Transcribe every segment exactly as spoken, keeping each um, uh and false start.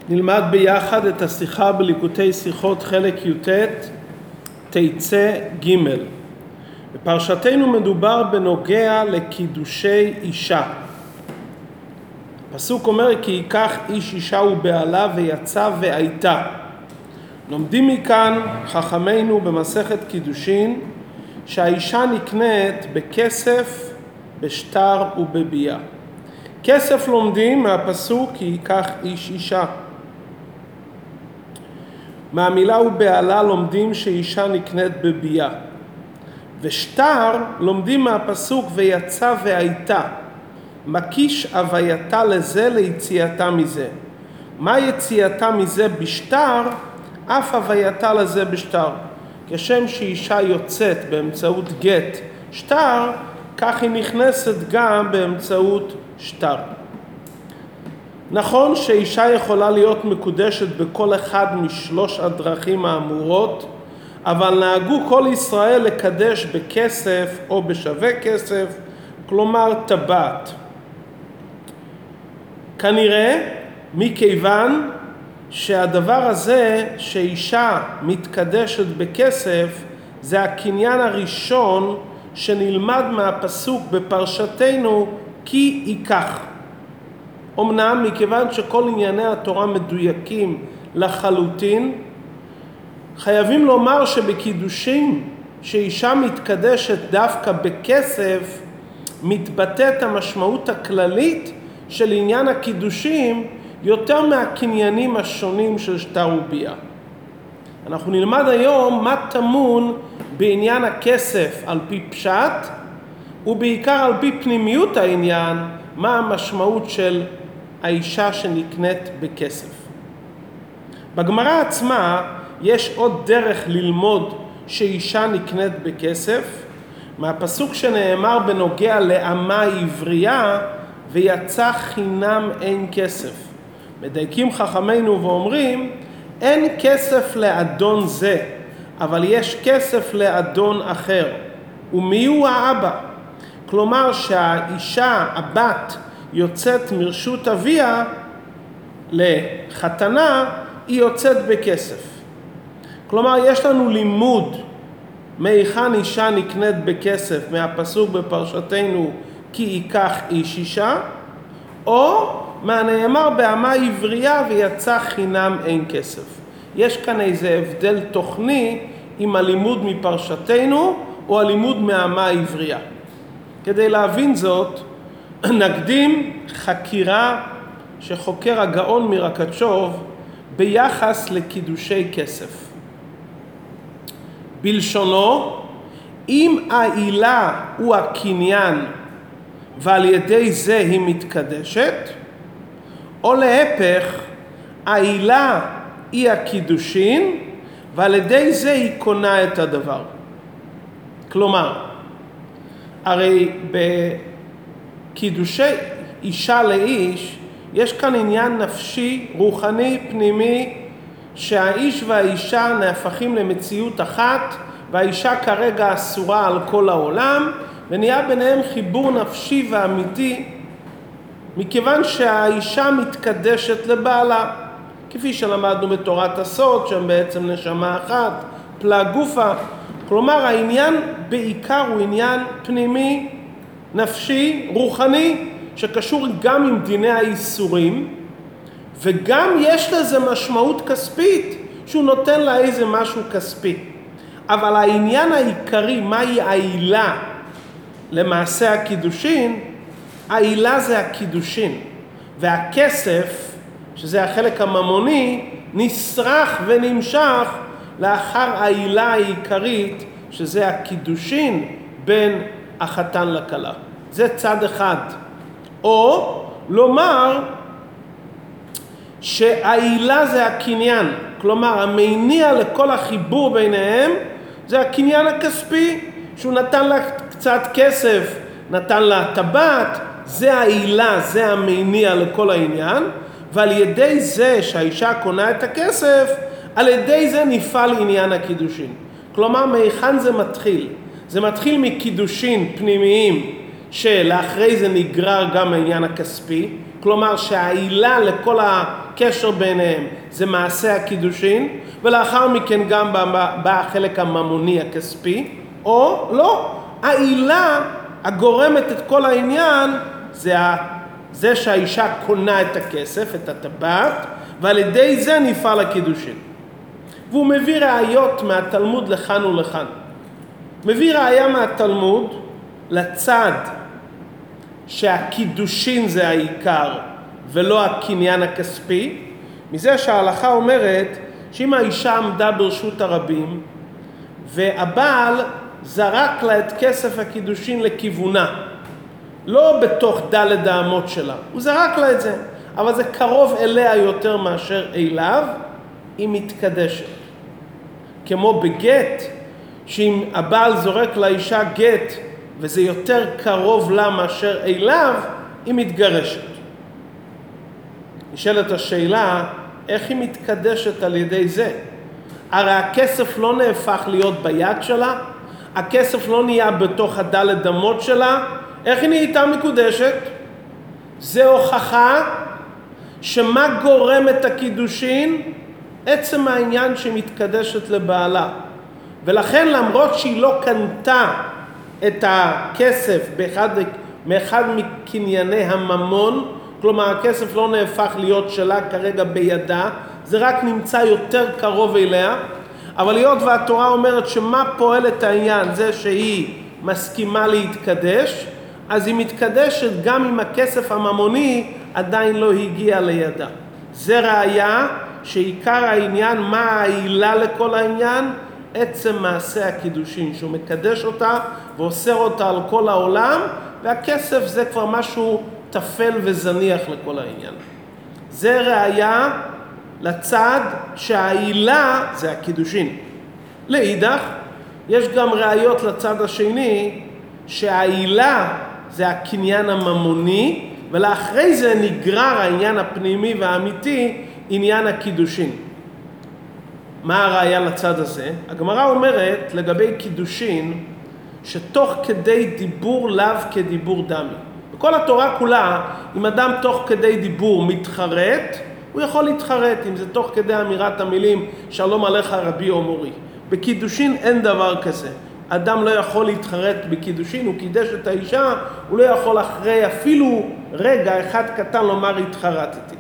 נלמד ביחד את השיחה בליקוטי שיחות חלק י"ט תצא ג'. בפרשתנו מדובר בנוגע לקידושי אישה. הפסוק אומר כי ייקח איש אישה ובעלה ויצא והייתה. לומדים מכאן חכמינו במסכת קידושין שהאישה נקנית בכסף, בשטר ובביאה. כסף לומדים מהפסוק כי ייקח איש אישה. מהמילה ובעלה לומדים שאישה נקנית בביאה. ושטר לומדים מהפסוק ויצא והייתה. מקיש הווייתה לזה ליציאתה מזה. מה יציאתה מזה בשטר? אף הווייתה לזה בשטר. כשם שאישה יוצאת באמצעות גט שטר, כך היא נכנסת גם באמצעות שטר. נכון שאישה יכולה להיות מקודשת בכל אחד משלוש הדרכים האמורות, אבל נהגו כל ישראל לקדש בכסף או בשווה כסף, כלומר טבעת. כנראה מכיוון שהדבר הזה שאישה מתקדשת בכסף זה הקניין הראשון שנלמד מהפסוק בפרשתנו כי ייקח. אמנם מכיוון שכל ענייני התורה מדויקים לחלוטין, חייבים לומר שבקידושים שאישה מתקדשת דווקא בכסף מתבטאת המשמעות הכללית של עניין הקידושים יותר מהקניינים השונים של שטר וביאה. אנחנו נלמד היום מה טמון בעניין הכסף על פי פשט, ובעיקר על פי פנימיות העניין, מה המשמעות של האישה שנקנית בכסף. בגמרא עצמה יש עוד דרך ללמוד שאישה נקנית בכסף, מהפסוק שנאמר בנוגע לאמה עברייה, ויצא חינם אין כסף. מדייקים חכמינו ואומרים, אין כסף לאדון זה, אבל יש כסף לאדון אחר. ומי הוא האבא? כלומר שהאישה, הבת, יוצאת מרשות אביה לחתנה, היא יוצאת בכסף. כלומר יש לנו לימוד מהיכן אישה נקנית בכסף מהפסוק בפרשתנו כי ייקח איש אישה, או מהנאמר באמה עברייה ויצא חינם אין כסף. יש כאן איזה הבדל תוכני עם הלימוד מפרשתנו או הלימוד מאמה עברייה. כדי להבין זאת נקדים חקירה שחוקר הגאון מרקצ'וב ביחס לקידושי כסף. בלשונו, אם העילה הוא הקניין ועל ידי זה היא מתקדשת, או להפך, העילה היא הקידושין ועל ידי זה היא קונה את הדבר. כלומר, הרי בקידושי אישה לאיש יש כאן עניין נפשי, רוחני, פנימי, שהאיש והאישה נהפכים למציאות אחת, והאישה כרגע אסורה על כל העולם, ונהיה ביניהם חיבור נפשי ואמיתי, מכיוון שהאישה מתקדשת לבעלה, כפי שלמדנו בתורת הסוד, שהם בעצם נשמה אחת, פלא גופה. כלומר, העניין בעיקר הוא עניין פנימי, נפשי, רוחני, שקשור גם עם דיני האיסורים, וגם יש לזה משמעות כספית, שהוא נותן לה איזה משהו כספי. אבל העניין העיקרי, מהי העילה למעשה הקידושין? העילה זה הקידושין, והכסף, שזה החלק הממוני, נשרח ונמשך לאחר העילה העיקרית, שזה הקידושין בין החתן לכלה. זה צד אחד. או לומר שהעילה זה הקניין, כלומר המניע לכל החיבור ביניהם זה הקניין הכספי, שהוא נתן לה קצת כסף, נתן לה טבעת, זה העילה, זה המניע לכל העניין, ועל ידי זה שהאישה קונה את הכסף, על ידי זה נפעל עניין הקידושין. כלומר, מהיכן זה מתחיל? זה מתחיל מקידושין פנימיים שלאחרי זה נגרר גם העניין הכספי, כלומר שהעילה לכל הקשר ביניהם זה מעשה הקידושין, ולאחר מכן גם בא החלק הממוני הכספי, או לא, העילה הגורמת את כל העניין זה, ה, זה שהאישה קונה את הכסף, את הטבעת, ועל ידי זה נפעל הקידושין. והוא מביא ראיות מהתלמוד לכאן ולכאן. מביא ראיה מהתלמוד לצד שהקידושין זה העיקר ולא הקניין הכספי, מזה שההלכה אומרת שאם האישה עמדה ברשות הרבים והבעל זרק לה את כסף הקידושין לכיוונה, לא בתוך דלת האמות שלה, הוא זרק לה את זה, אבל זה קרוב אליה יותר מאשר אליו, היא מתקדשת. כמו בגט, שאם הבעל זורק לאישה גט וזה יותר קרוב לה מאשר אליו, היא מתגרשת. נשאלת השאלה, איך היא מתקדשת על ידי זה? הרי הכסף לא נהפך להיות ביד שלה, הכסף לא נהיה בתוך הדלת אמות שלה, איך היא נהייתה מקודשת? זה הוכחה שמה גורם את הקידושין? עצם העניין שהיא מתקדשת לבעלה. ולכן למרות שהיא לא קנתה את הכסף באחד, מאחד מקנייני הממון, כלומר הכסף לא נהפך להיות שלה כרגע בידה, זה רק נמצא יותר קרוב אליה, אבל היות והתורה אומרת שמה פועל את העניין, זה שהיא מסכימה להתקדש, אז היא מתקדשת גם אם הכסף הממוני עדיין לא הגיע לידה. זה ראיה שעיקר העניין, מה העילה לכל העניין? עצם מעשה הקידושין, שהוא מקדש אותה ואוסר אותה על כל העולם, והכסף זה כבר משהו תפל וזניח לכל העניין. זה ראיה לצד שהעילה זה הקידושין. לאידך, יש גם ראיות לצד השני שהעילה זה הקניין הממוני, ולאחרי זה נגרר העניין הפנימי והאמיתי, עניין הקידושין. מה הראיה לצד הזה? הגמרא אומרת לגבי קידושין, שתוך כדי דיבור לאו כדיבור דמי. בכל התורה כולה, אם אדם תוך כדי דיבור מתחרט, הוא יכול להתחרט, אם זה תוך כדי אמירת המילים, שלום עליך רבי או מורי. בקידושין אין דבר כזה. אדם לא יכול להתחרט בקידושין, הוא קידש את האישה, הוא לא יכול אחרי אפילו רגע אחד קטן לומר התחרטתי.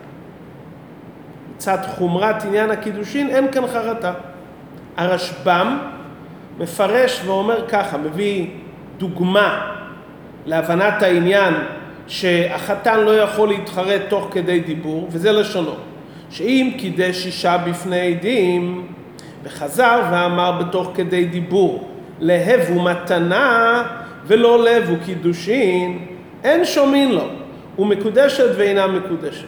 מצד חומרת עניין הקידושין אין כאן חרטה. הרשב"ם מפרש ואומר ככה, מביא דוגמה להבנת העניין שהחתן לא יכול להתחרט תוך כדי דיבור, וזה לשונו, שאם קידש אישה בפני עדים וחזר ואמר בתוך כדי דיבור להב ומתנה ולא לב וקידושין, אין שומעים לו, הוא מקודשת ואינה מקודשת.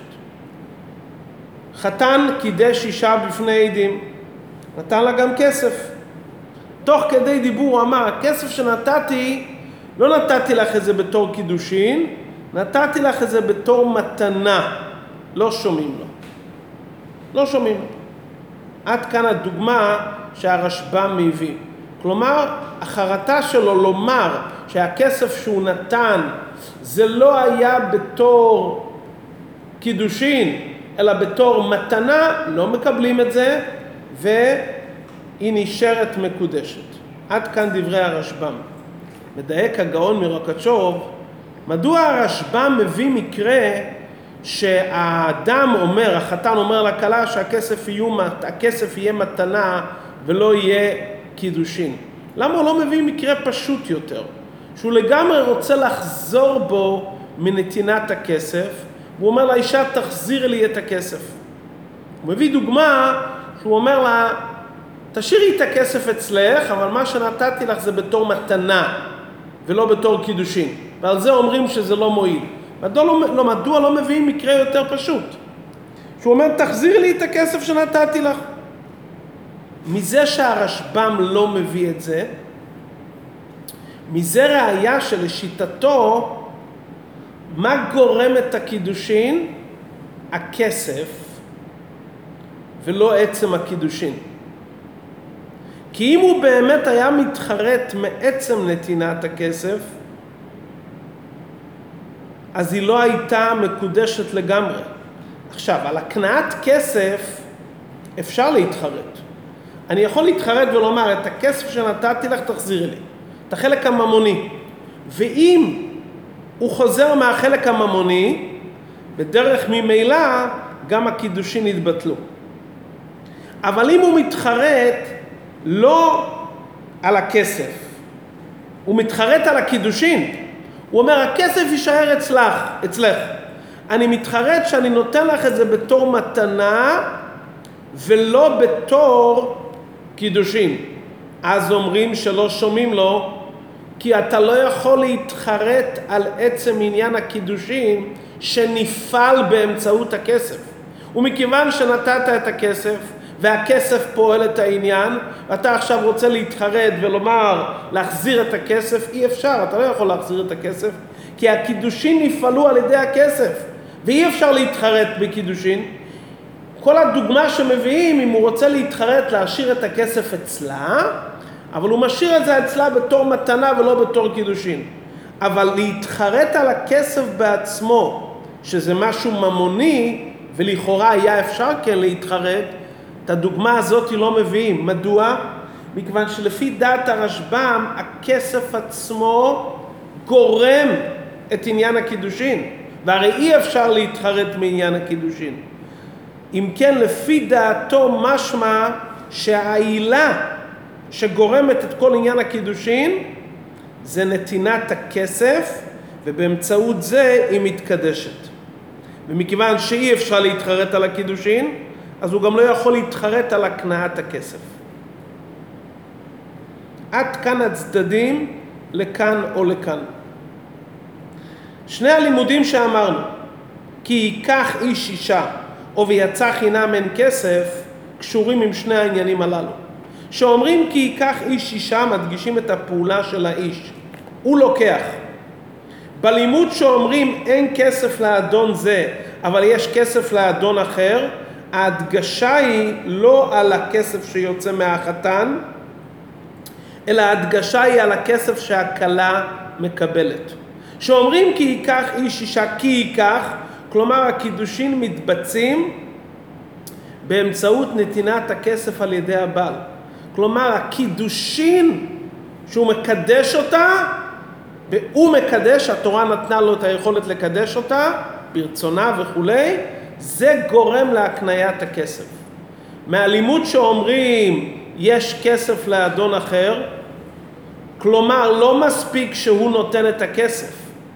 חתן קידש אישה בפני עדים, נתן לה גם כסף. תוך כדי דיבור הוא אמר, הכסף שנתתי, לא נתתי לך את זה בתור קידושין, נתתי לך את זה בתור מתנה. לא שומעים לו. לא שומעים לו. עד כאן הדוגמה שהרשב"ם מביא. כלומר, החרטה שלו לומר שהכסף שהוא נתן זה לא היה בתור קידושין, אלא בתור מתנה, לא מקבלים את זה, והיא נשארת מקודשת. עד כאן דברי הרשב"ם. מדייק הגאון מרוקצ'וב, מדוע הרשב"ם מביא מקרה שהאדם אומר, החתן אומר לכלה שהכסף יהיה, הכסף יהיה מתנה ולא יהיה קידושין. למה הוא לא מביא מקרה פשוט יותר? שהוא לגמרי רוצה לחזור בו מנתינת הכסף, הוא אומר לאישה, תחזיר לי את הכסף. הוא מביא דוגמה, שהוא אומר לה, תשאירי את הכסף אצלך, אבל מה שנתתי לך זה בתור מתנה, ולא בתור קידושין. ועל זה אומרים שזה לא מועיל. מדוע לא, לא, מדוע לא מביאים מקרה יותר פשוט? שהוא אומר, תחזיר לי את הכסף שנתתי לך. מזה שהרשב"ם לא מביא את זה, מזה ראיה שלשיטתו, מה גורם את הקידושין? הכסף, ולא עצם הקידושין. כי אם הוא באמת היה מתחרט מעצם נתינת הכסף, אז היא לא הייתה מקודשת לגמרי. עכשיו, על הקנאת כסף אפשר להתחרט. אני יכול להתחרט ולומר, את הכסף שנתתי לך תחזירי לי, את החלק הממוני. ואם הוא חוזר מהחלק הממוני, בדרך ממילא גם הקידושין יתבטלו. אבל אם הוא מתחרט לא על הכסף, הוא מתחרט על הקידושין, הוא אומר, הכסף יישאר אצלך, אצלך. אני מתחרט שאני נותן לך את זה בתור מתנה, ולא בתור קידושין. אז אומרים שלא שומעים לו, כי אתה לא יכול להתחרט על עצם עניין הקידושין שנפעל באמצעות הכסף. ומכיוון שנתת את הכסף, והכסף פועל את העניין, ואתה עכשיו רוצה להתחרט ולומר, להחזיר את הכסף, אי אפשר, אתה לא יכול להחזיר את הכסף, כי הקידושין נפעלו על ידי הכסף, ואי אפשר להתחרט בקידושין. כל הדוגמה שמביאים, אם הוא רוצה להתחרט להשאיר את הכסף אצלה, אבל הוא משאיר את זה אצלה בתור מתנה ולא בתור קידושין. אבל להתחרט על הכסף בעצמו, שזה משהו ממוני, ולכאורה היה אפשר כן להתחרט, את הדוגמה הזאת לא מביאים. מדוע? מכיוון שלפי דעת הרשב"ם, הכסף עצמו גורם את עניין הקידושין, והרי אי אפשר להתחרט מעניין הקידושין. אם כן, לפי דעתו משמע שהעילה שגורמת את כל עניין הקידושין זה נתינת הכסף, ובאמצעות זה היא מתקדשת. ומכיוון שאי אפשר להתחרט על הקידושין, אז הוא גם לא יכול להתחרט על הקנאת הכסף. עד כאן הצדדים, לכאן או לכאן. שני הלימודים שאמרנו, כי ייקח איש אישה, או ויצא חינם אין כסף, קשורים עם שני העניינים הללו. שאומרים כי ייקח איש אישה, מדגישים את הפעולה של האיש. הוא לוקח. בלימוד שאומרים אין כסף לאדון זה, אבל יש כסף לאדון אחר, ההדגשה היא לא על הכסף שיוצא מהחתן, אלא ההדגשה היא על הכסף שהכלה מקבלת. שאומרים כי ייקח איש אישה, כי ייקח, כלומר הקידושין מתבצעים באמצעות נתינת הכסף על ידי הבעל. כלומר הקידושין שהוא מקדש אותה, והוא מקדש, התורה נתנה לו את היכולת לקדש אותה, ברצונה וכולי, זה גורם להקניית הכסף. מהלימוד שאומרים יש כסף לאדון אחר, כלומר לא מספיק שהוא נותן את הכסף,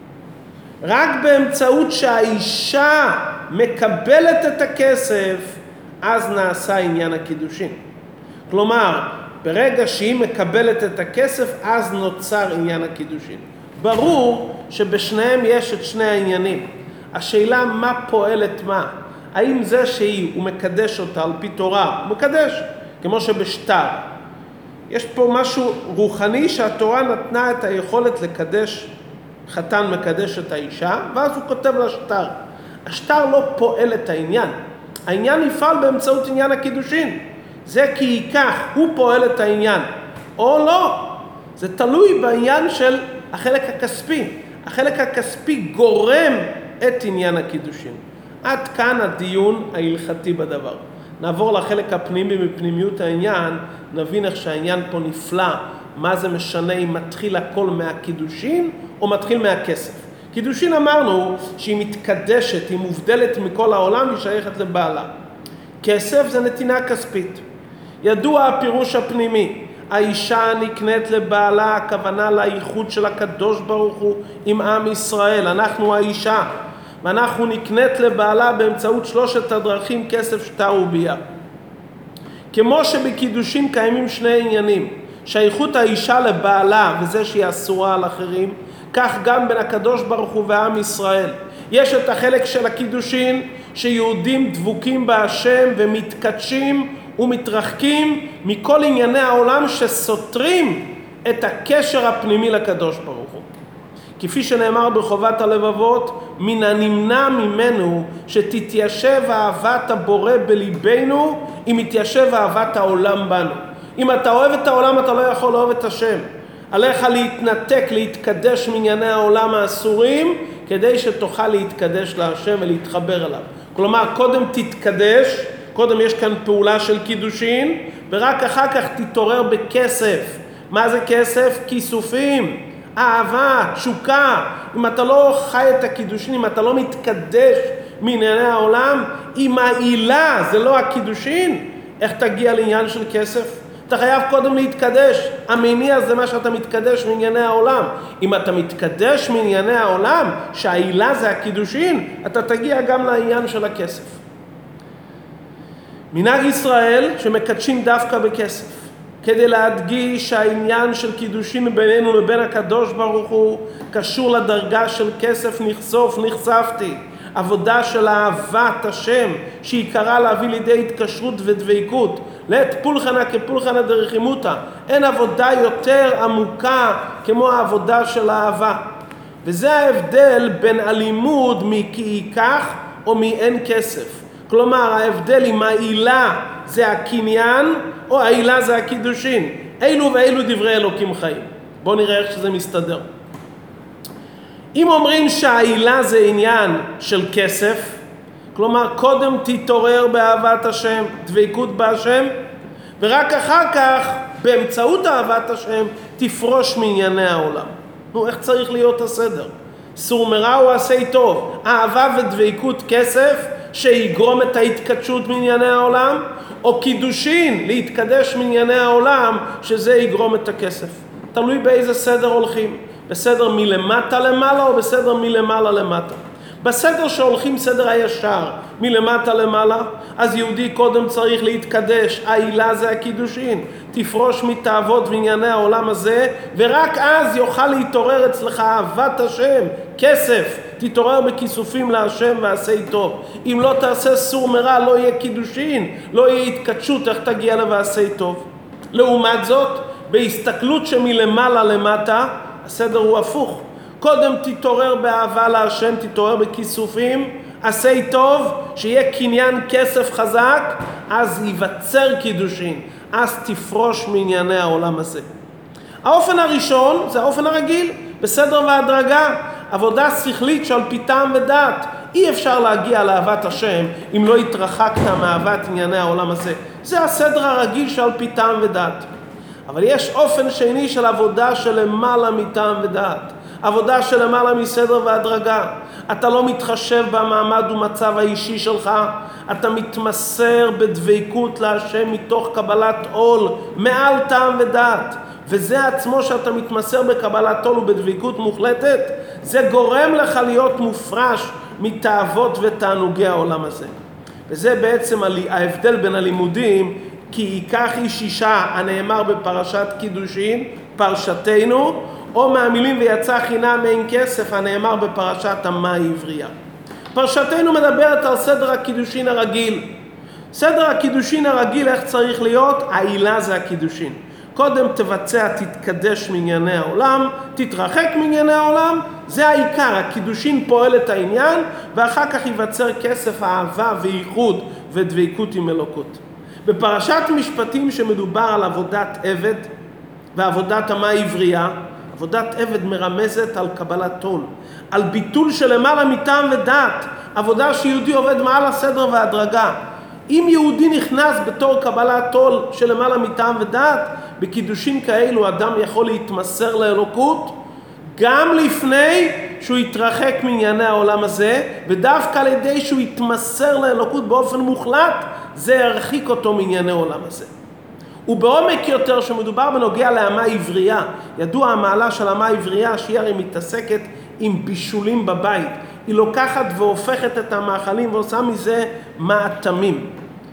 רק באמצעות שהאישה מקבלת את הכסף, אז נעשה עניין הקידושין. כלומר, ברגע שהיא מקבלת את הכסף, אז נוצר עניין הקידושין. ברור שבשניהם יש את שני העניינים. השאלה מה פועלת מה. האם זה שהיא, הוא מקדש אותה על פי תורה, הוא מקדש, כמו שבשטר. יש פה משהו רוחני שהתורה נתנה את היכולת לקדש, חתן מקדש את האישה, ואז הוא כותב לה שטר. השטר לא פועל את העניין. העניין יפעל באמצעות עניין הקידושין. זה כי ייקח, הוא פועל את העניין. או לא. זה תלוי בעניין של החלק הכספי. החלק הכספי גורם את עניין הקידושין. עד כאן הדיון ההלכתי בדבר. נעבור לחלק הפנימי בפנימיות העניין, נבין איך שהעניין פה נפלא, מה זה משנה אם מתחיל הכל מהקידושין או מתחיל מהכסף. קידושין אמרנו שהיא מתקדשת, היא מובדלת מכל העולם, היא שייכת לבעלה. כסף זה נתינה כספית. ידוע הפירוש הפנימי, האישה נקנית לבעלה, הכוונה לאיחוד של הקדוש ברוך הוא עם עם ישראל. אנחנו האישה, ואנחנו נקנית לבעלה באמצעות שלושת הדרכים, כסף, שטר וביאה. כמו שבקידושין קיימים שני עניינים, שייכות האישה לבעלה וזה שהיא אסורה על אחרים, כך גם בין הקדוש ברוך הוא ועם ישראל. יש את החלק של הקידושין שיהודים דבוקים בהשם ומתקדשים ומתרחקים מכל ענייני העולם שסותרים את הקשר הפנימי לקדוש ברוך הוא. כפי שנאמר בחובת הלבבות, מן הנמנע ממנו שתתיישב אהבת הבורא בליבנו, אם יתיישב אהבת העולם בנו. אם אתה אוהב את העולם, אתה לא יכול לאהוב את השם. עליך להתנתק, להתקדש מענייני העולם האסורים, כדי שתוכל להתקדש להשם ולהתחבר אליו. כלומר, קודם תתקדש, קודם יש כאן פעולה של קידושין, ורק אחר כך תתעורר בכסף. מה זה כסף? כיסופים, אהבה, תשוקה. אם אתה לא חי את הקידושין, אם אתה לא מתקדש מענייני העולם, אם העילה זה לא הקידושין, איך תגיע לעניין של כסף? אתה חייב קודם להתקדש. המניע זה מה שאתה מתקדש מענייני העולם. אם אתה מתקדש מענייני העולם, שהעילה זה הקידושין, אתה תגיע גם לעניין של הכסף. מנהג ישראל שמקדשים דווקא בכסף, כדי להדגיש שהעניין של קידושין בינינו לבין הקדוש ברוך הוא קשור לדרגה של כסף נחשוף, נחשפתי. עבודה של אהבת השם שעיקרה להביא לידי התקשרות ודבקות. לעת פולחנה כפולחנה דרחימותא. אין עבודה יותר עמוקה כמו העבודה של האהבה. וזה ההבדל בין הלימוד מכי ייקח או מאין כסף. כלומר, ההבדל אם העילה זה הקניין או העילה זה הקידושין. אילו ואילו דברי אלוקים חיים. בואו נראה איך שזה מסתדר. אם אומרים שהעילה זה עניין של כסף, כלומר קודם תתעורר באהבת השם, דבקות בהשם, ורק אחר כך באמצעות אהבת השם תפרוש מענייני העולם. נו, איך צריך להיות הסדר? סור מרע או עשה טוב, אהבה ודבקות כסף שיגרום את ההתקדשות מענייני העולם, או קידושין להתקדש מענייני העולם שזה יגרום את הכסף. תלוי באיזה סדר הולכים. בסדר מלמטה למעלה או בסדר מלמעלה למטה. בסדר שהולכים סדר הישר מלמטה למעלה, אז יהודי קודם צריך להתקדש, העילה זה הקידושין, תפרוש מתאוות וענייני העולם הזה, ורק אז יוכל להתעורר אצלך אהבת השם, כסף, תתעורר בכיסופים להשם ועשה טוב. אם לא תעשה סור מרע לא יהיה קידושין, לא יהיה התקדשות, איך תגיע לבעשה טוב? לעומת זאת, בהסתכלות שמלמעלה למטה, הסדר הוא הפוך. קודם תתעורר באהבה להשם, תתעורר בכיסופים, עשה טוב, שיהיה קניין כסף חזק, אז ייווצר קידושין, אז תפרוש מענייני העולם הזה. האופן הראשון זה האופן הרגיל, בסדר והדרגה, עבודה שכלית שעל פי טעם ודעת. אי אפשר להגיע לאהבת השם אם לא התרחקת מאהבת ענייני העולם הזה. זה הסדר הרגיל שעל פי טעם ודעת. אבל יש אופן שני של עבודה שלמעלה מטעם ודעת. עבודה שלמעלה מסדר והדרגה. אתה לא מתחשב במעמד ומצב האישי שלך. אתה מתמסר בדבקות להשם מתוך קבלת עול מעל טעם ודעת. וזה עצמו שאתה מתמסר בקבלת עול ובדבקות מוחלטת, זה גורם לך להיות מופרש מתאוות ותענוגי העולם הזה. וזה בעצם ההבדל בין הלימודים, כי ייקח איש אישה הנאמר בפרשת קידושין, פרשתנו, או מהמילים ויצא חינם אין כסף הנאמר בפרשת המה העברייה. פרשתנו מדברת על סדר הקידושין הרגיל. סדר הקידושין הרגיל איך צריך להיות? העילה זה הקידושין. קודם תבצע, תתקדש מענייני העולם, תתרחק מענייני העולם, זה העיקר, הקידושין פועל את העניין, ואחר כך ייווצר כסף, אהבה וייחוד ודבקות עם אלוקות. בפרשת משפטים שמדובר על עבודת עבד ועבודת המה העברייה, עבודת עבד מרמזת על קבלת עול, על ביטול של למעלה מטעם ודעת, עבודה שיהודי עובד מעל הסדר והדרגה. אם יהודי נכנס בתור קבלת עול של למעלה מטעם ודעת, בקידושים כאלו אדם יכול להתמסר לאלוקות, גם לפני שהוא יתרחק מענייני העולם הזה, ודווקא על ידי שהוא יתמסר לאלוקות באופן מוחלט, זה ירחיק אותו מענייני העולם הזה. ובעומק יותר שמדובר בנוגע להמה עברייה, ידוע המעלה של המה עברייה שהיא הרי מתעסקת עם בישולים בבית, היא לוקחת והופכת את המאכלים ועושה מזה מעטמים.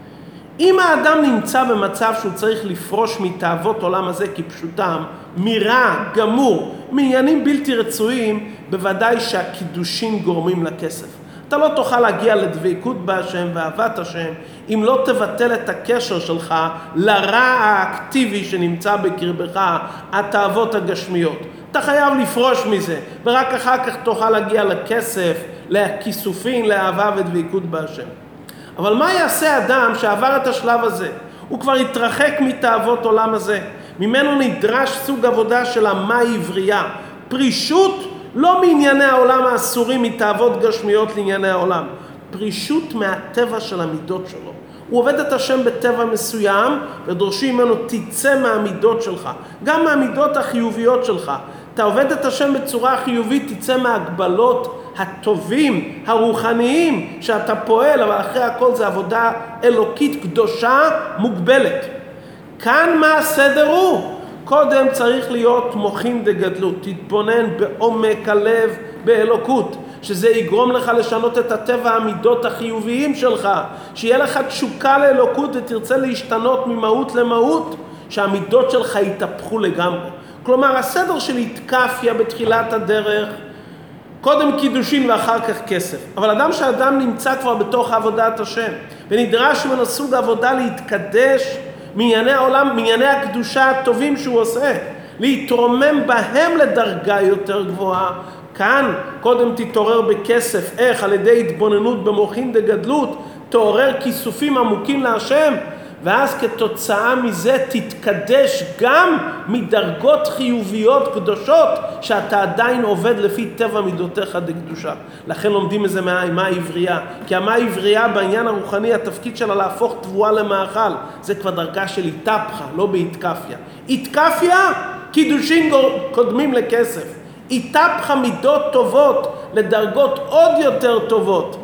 אם האדם נמצא במצב שהוא צריך לפרוש מתאוות עולם הזה כפשוטם, מרע, גמור, מעניינים בלתי רצויים, בוודאי שהקידושים גורמים לכסף. אתה לא תוכל להגיע לדבקות בהשם ואהבת השם אם לא תבטל את הקשר שלך לרע האקטיבי שנמצא בקרבך, התאוות הגשמיות. אתה חייב לפרוש מזה, ורק אחר כך תוכל להגיע לכסף, לכיסופים, לאהבה ודבקות בהשם. אבל מה יעשה אדם שעבר את השלב הזה? הוא כבר התרחק מתאוות עולם הזה. ממנו נדרש סוג עבודה של המה עברייה, פרישות לא מענייני העולם האסורים, מתאוות גשמיות לענייני העולם. פרישות מהטבע של המידות שלו. הוא עובד את השם בטבע מסוים, ודורשים ממנו תצא מהמידות שלך, גם מהמידות החיוביות שלך. אתה עובד את השם בצורה חיובית, תצא מהגבלות הטובים, הרוחניים, שאתה פועל, אבל אחרי הכל זה עבודה אלוקית קדושה מוגבלת. כאן מה הסדר הוא? קודם צריך להיות מוחין דגדלות, תתבונן בעומק הלב באלוקות, שזה יגרום לך לשנות את הטבע המידות החיוביים שלך, שיהיה לך תשוקה לאלוקות ותרצה להשתנות ממהות למהות, שהמידות שלך יתהפכו לגמרי. כלומר, הסדר של התקפיה בתחילת הדרך, קודם קידושין ואחר כך כסף. אבל אדם שאדם נמצא כבר בתוך עבודת השם, ונדרש ממנו סוג עבודה להתקדש מענייני העולם, מענייני הקדושה הטובים שהוא עושה, להתרומם בהם לדרגה יותר גבוהה. כאן קודם תתעורר בכסף. איך? על ידי התבוננות במוחין דגדלות, תעורר כיסופים עמוקים להשם, ואז כתוצאה מזה תתקדש גם מדרגות חיוביות קדושות, שאתה עדיין עובד לפי טבע מידותיך דקדושה. לכן לומדים איזה מה העברייה, כי המה העברייה בעניין הרוחני, התפקיד שלה להפוך תבואה למאכל, זה כבר דרגה של התהפכה, לא בהתקפיה. התקפיה, קידושין קודמים לכסף. התהפכה מידות טובות לדרגות עוד יותר טובות,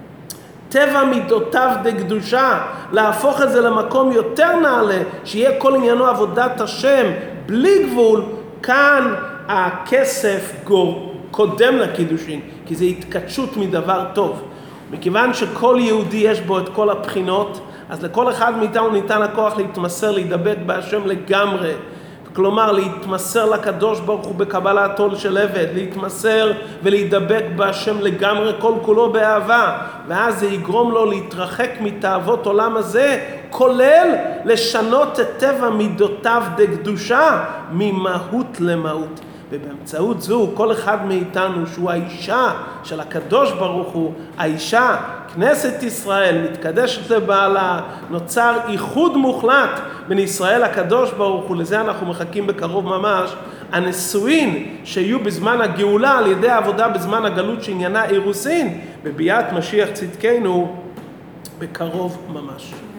טבע מידותיו דקדושה, להפוך את זה למקום יותר נעלה, שיהיה כל עניינו עבודת השם בלי גבול. כאן הכסף גור, קודם לקידושין, כי זה התקדשות מדבר טוב. מכיוון שכל יהודי יש בו את כל הבחינות, אז לכל אחד מאיתנו ניתן הכוח להתמסר, להידבק בהשם לגמרי. כלומר, להתמסר לקדוש ברוך הוא בקבלת עול של עבד, להתמסר ולהידבק בהשם לגמרי כל כולו באהבה, ואז זה יגרום לו להתרחק מתאוות עולם הזה, כולל לשנות את טבע מידותיו דקדושה ממהות למהות. ובאמצעות זו כל אחד מאיתנו שהוא האישה של הקדוש ברוך הוא, האישה, כנסת ישראל, מתקדשת לבעלה, נוצר איחוד מוחלט בין ישראל הקדוש ברוך הוא. לזה אנחנו מחכים בקרוב ממש, הנשואין שיהיו בזמן הגאולה על ידי העבודה בזמן הגלות שעניינה אירוסין, בביאת משיח צדקנו בקרוב ממש.